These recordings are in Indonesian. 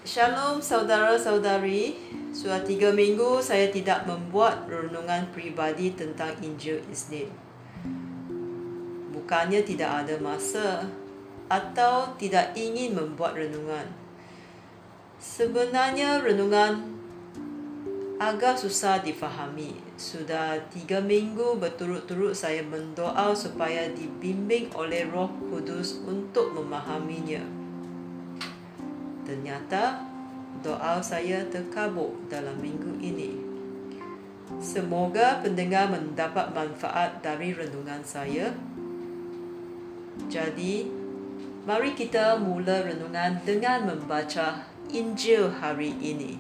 Shalom saudara-saudari. Sudah 3 minggu saya tidak membuat renungan pribadi tentang Injil Isnin. Bukannya tidak ada masa atau tidak ingin membuat renungan. Sebenarnya renungan agak susah difahami. Sudah 3 minggu berturut-turut saya mendoa supaya dibimbing oleh Roh Kudus untuk memahaminya. Ternyata doa saya terkabul dalam minggu ini. Semoga pendengar mendapat manfaat dari renungan saya. Jadi, mari kita mula renungan dengan membaca Injil hari ini.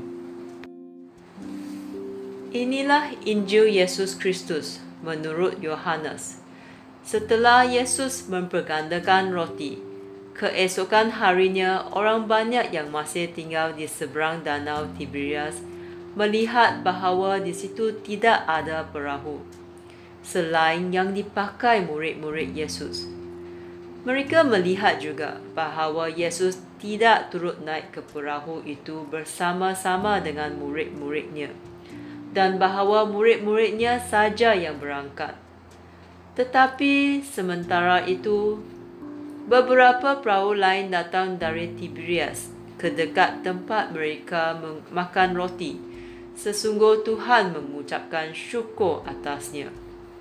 Inilah Injil Yesus Kristus menurut Yohanes. Setelah Yesus mempergandakan roti, keesokan harinya orang banyak yang masih tinggal di seberang danau Tiberias melihat bahawa di situ tidak ada perahu selain yang dipakai murid-murid Yesus. Mereka melihat juga bahawa Yesus tidak turut naik ke perahu itu bersama-sama dengan murid-muridnya, dan bahawa murid-muridnya saja yang berangkat. Tetapi sementara itu, beberapa perahu lain datang dari Tiberias ke dekat tempat mereka makan roti, sesungguh Tuhan mengucapkan syukur atasnya.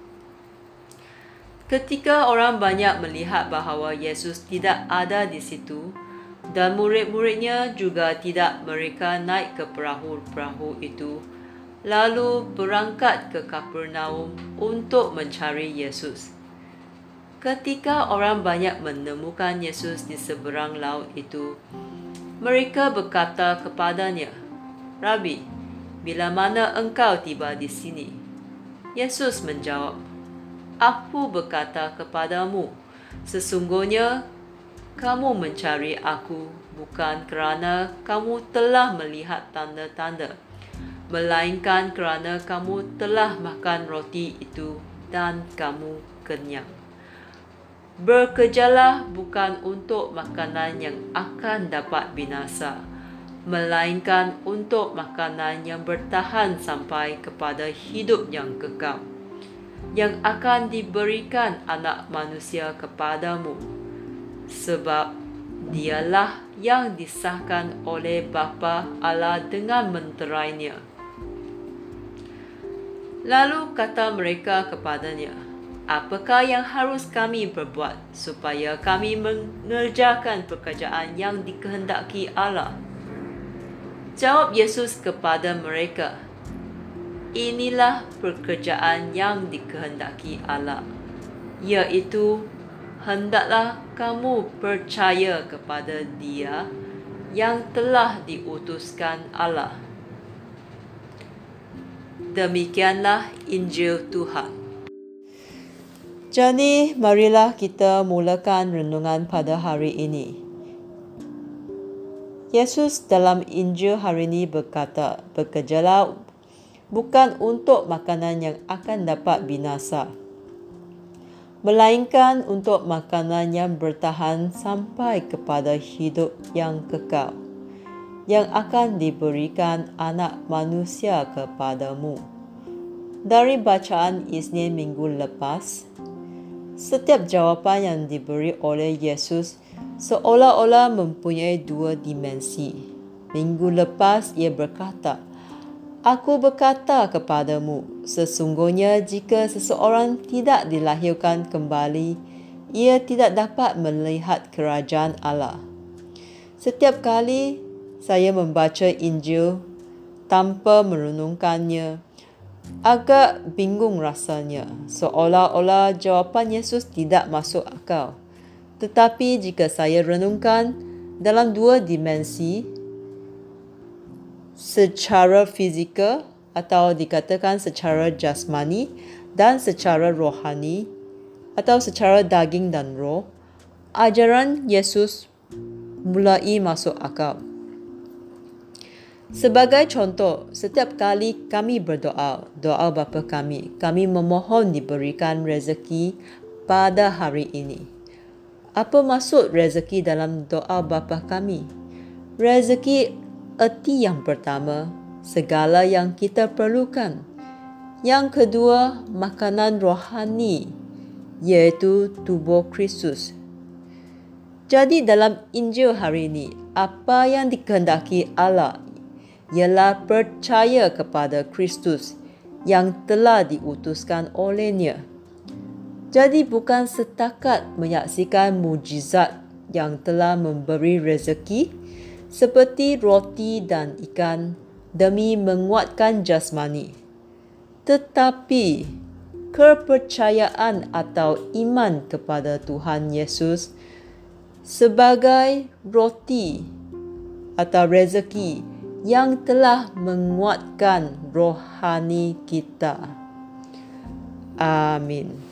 Ketika orang banyak melihat bahawa Yesus tidak ada di situ dan murid-muridnya juga tidak, mereka naik ke perahu-perahu itu, lalu berangkat ke Kapernaum untuk mencari Yesus. Ketika orang banyak menemukan Yesus di seberang laut itu, mereka berkata kepadanya, "Rabi, bila mana engkau tiba di sini?" Yesus menjawab, "Aku berkata kepadamu, sesungguhnya kamu mencari aku bukan kerana kamu telah melihat tanda-tanda, melainkan kerana kamu telah makan roti itu dan kamu kenyang. Bekerjalah bukan untuk makanan yang akan dapat binasa, melainkan untuk makanan yang bertahan sampai kepada hidup yang kekal, yang akan diberikan Anak Manusia kepadamu, sebab dialah yang disahkan oleh Bapa Allah dengan menterainya." Lalu kata mereka kepadanya, "Apakah yang harus kami berbuat supaya kami mengerjakan pekerjaan yang dikehendaki Allah?" Jawab Yesus kepada mereka, "Inilah pekerjaan yang dikehendaki Allah, iaitu hendaklah kamu percaya kepada Dia yang telah diutuskan Allah." Demikianlah Injil Tuhan. Jadi, marilah kita mulakan renungan pada hari ini. Yesus dalam Injil hari ini berkata, "Bekerjalah bukan untuk makanan yang akan dapat binasa, melainkan untuk makanan yang bertahan sampai kepada hidup yang kekal, yang akan diberikan Anak Manusia kepadamu." Dari bacaan Isnin minggu lepas, setiap jawapan yang diberi oleh Yesus seolah-olah mempunyai dua dimensi. Minggu lepas ia berkata, "Aku berkata kepadamu, sesungguhnya jika seseorang tidak dilahirkan kembali, ia tidak dapat melihat kerajaan Allah." Setiap kali saya membaca Injil tanpa merenungkannya, agak bingung rasanya, seolah-olah jawapan Yesus tidak masuk akal. Tetapi jika saya renungkan dalam dua dimensi, secara fizikal atau dikatakan secara jasmani dan secara rohani atau secara daging dan roh, ajaran Yesus mulai masuk akal. Sebagai contoh, setiap kali kami berdoa, doa Bapa kami memohon diberikan rezeki pada hari ini. Apa maksud rezeki dalam doa Bapa kami? Rezeki erti yang pertama, segala yang kita perlukan. Yang kedua, makanan rohani, yaitu tubuh Kristus. Jadi dalam Injil hari ini, apa yang dikehendaki Allah ialah percaya kepada Kristus yang telah diutuskan olehnya. Jadi bukan setakat menyaksikan mujizat yang telah memberi rezeki seperti roti dan ikan demi menguatkan jasmani, tetapi kepercayaan atau iman kepada Tuhan Yesus sebagai roti atau rezeki yang telah menguatkan rohani kita. Amin.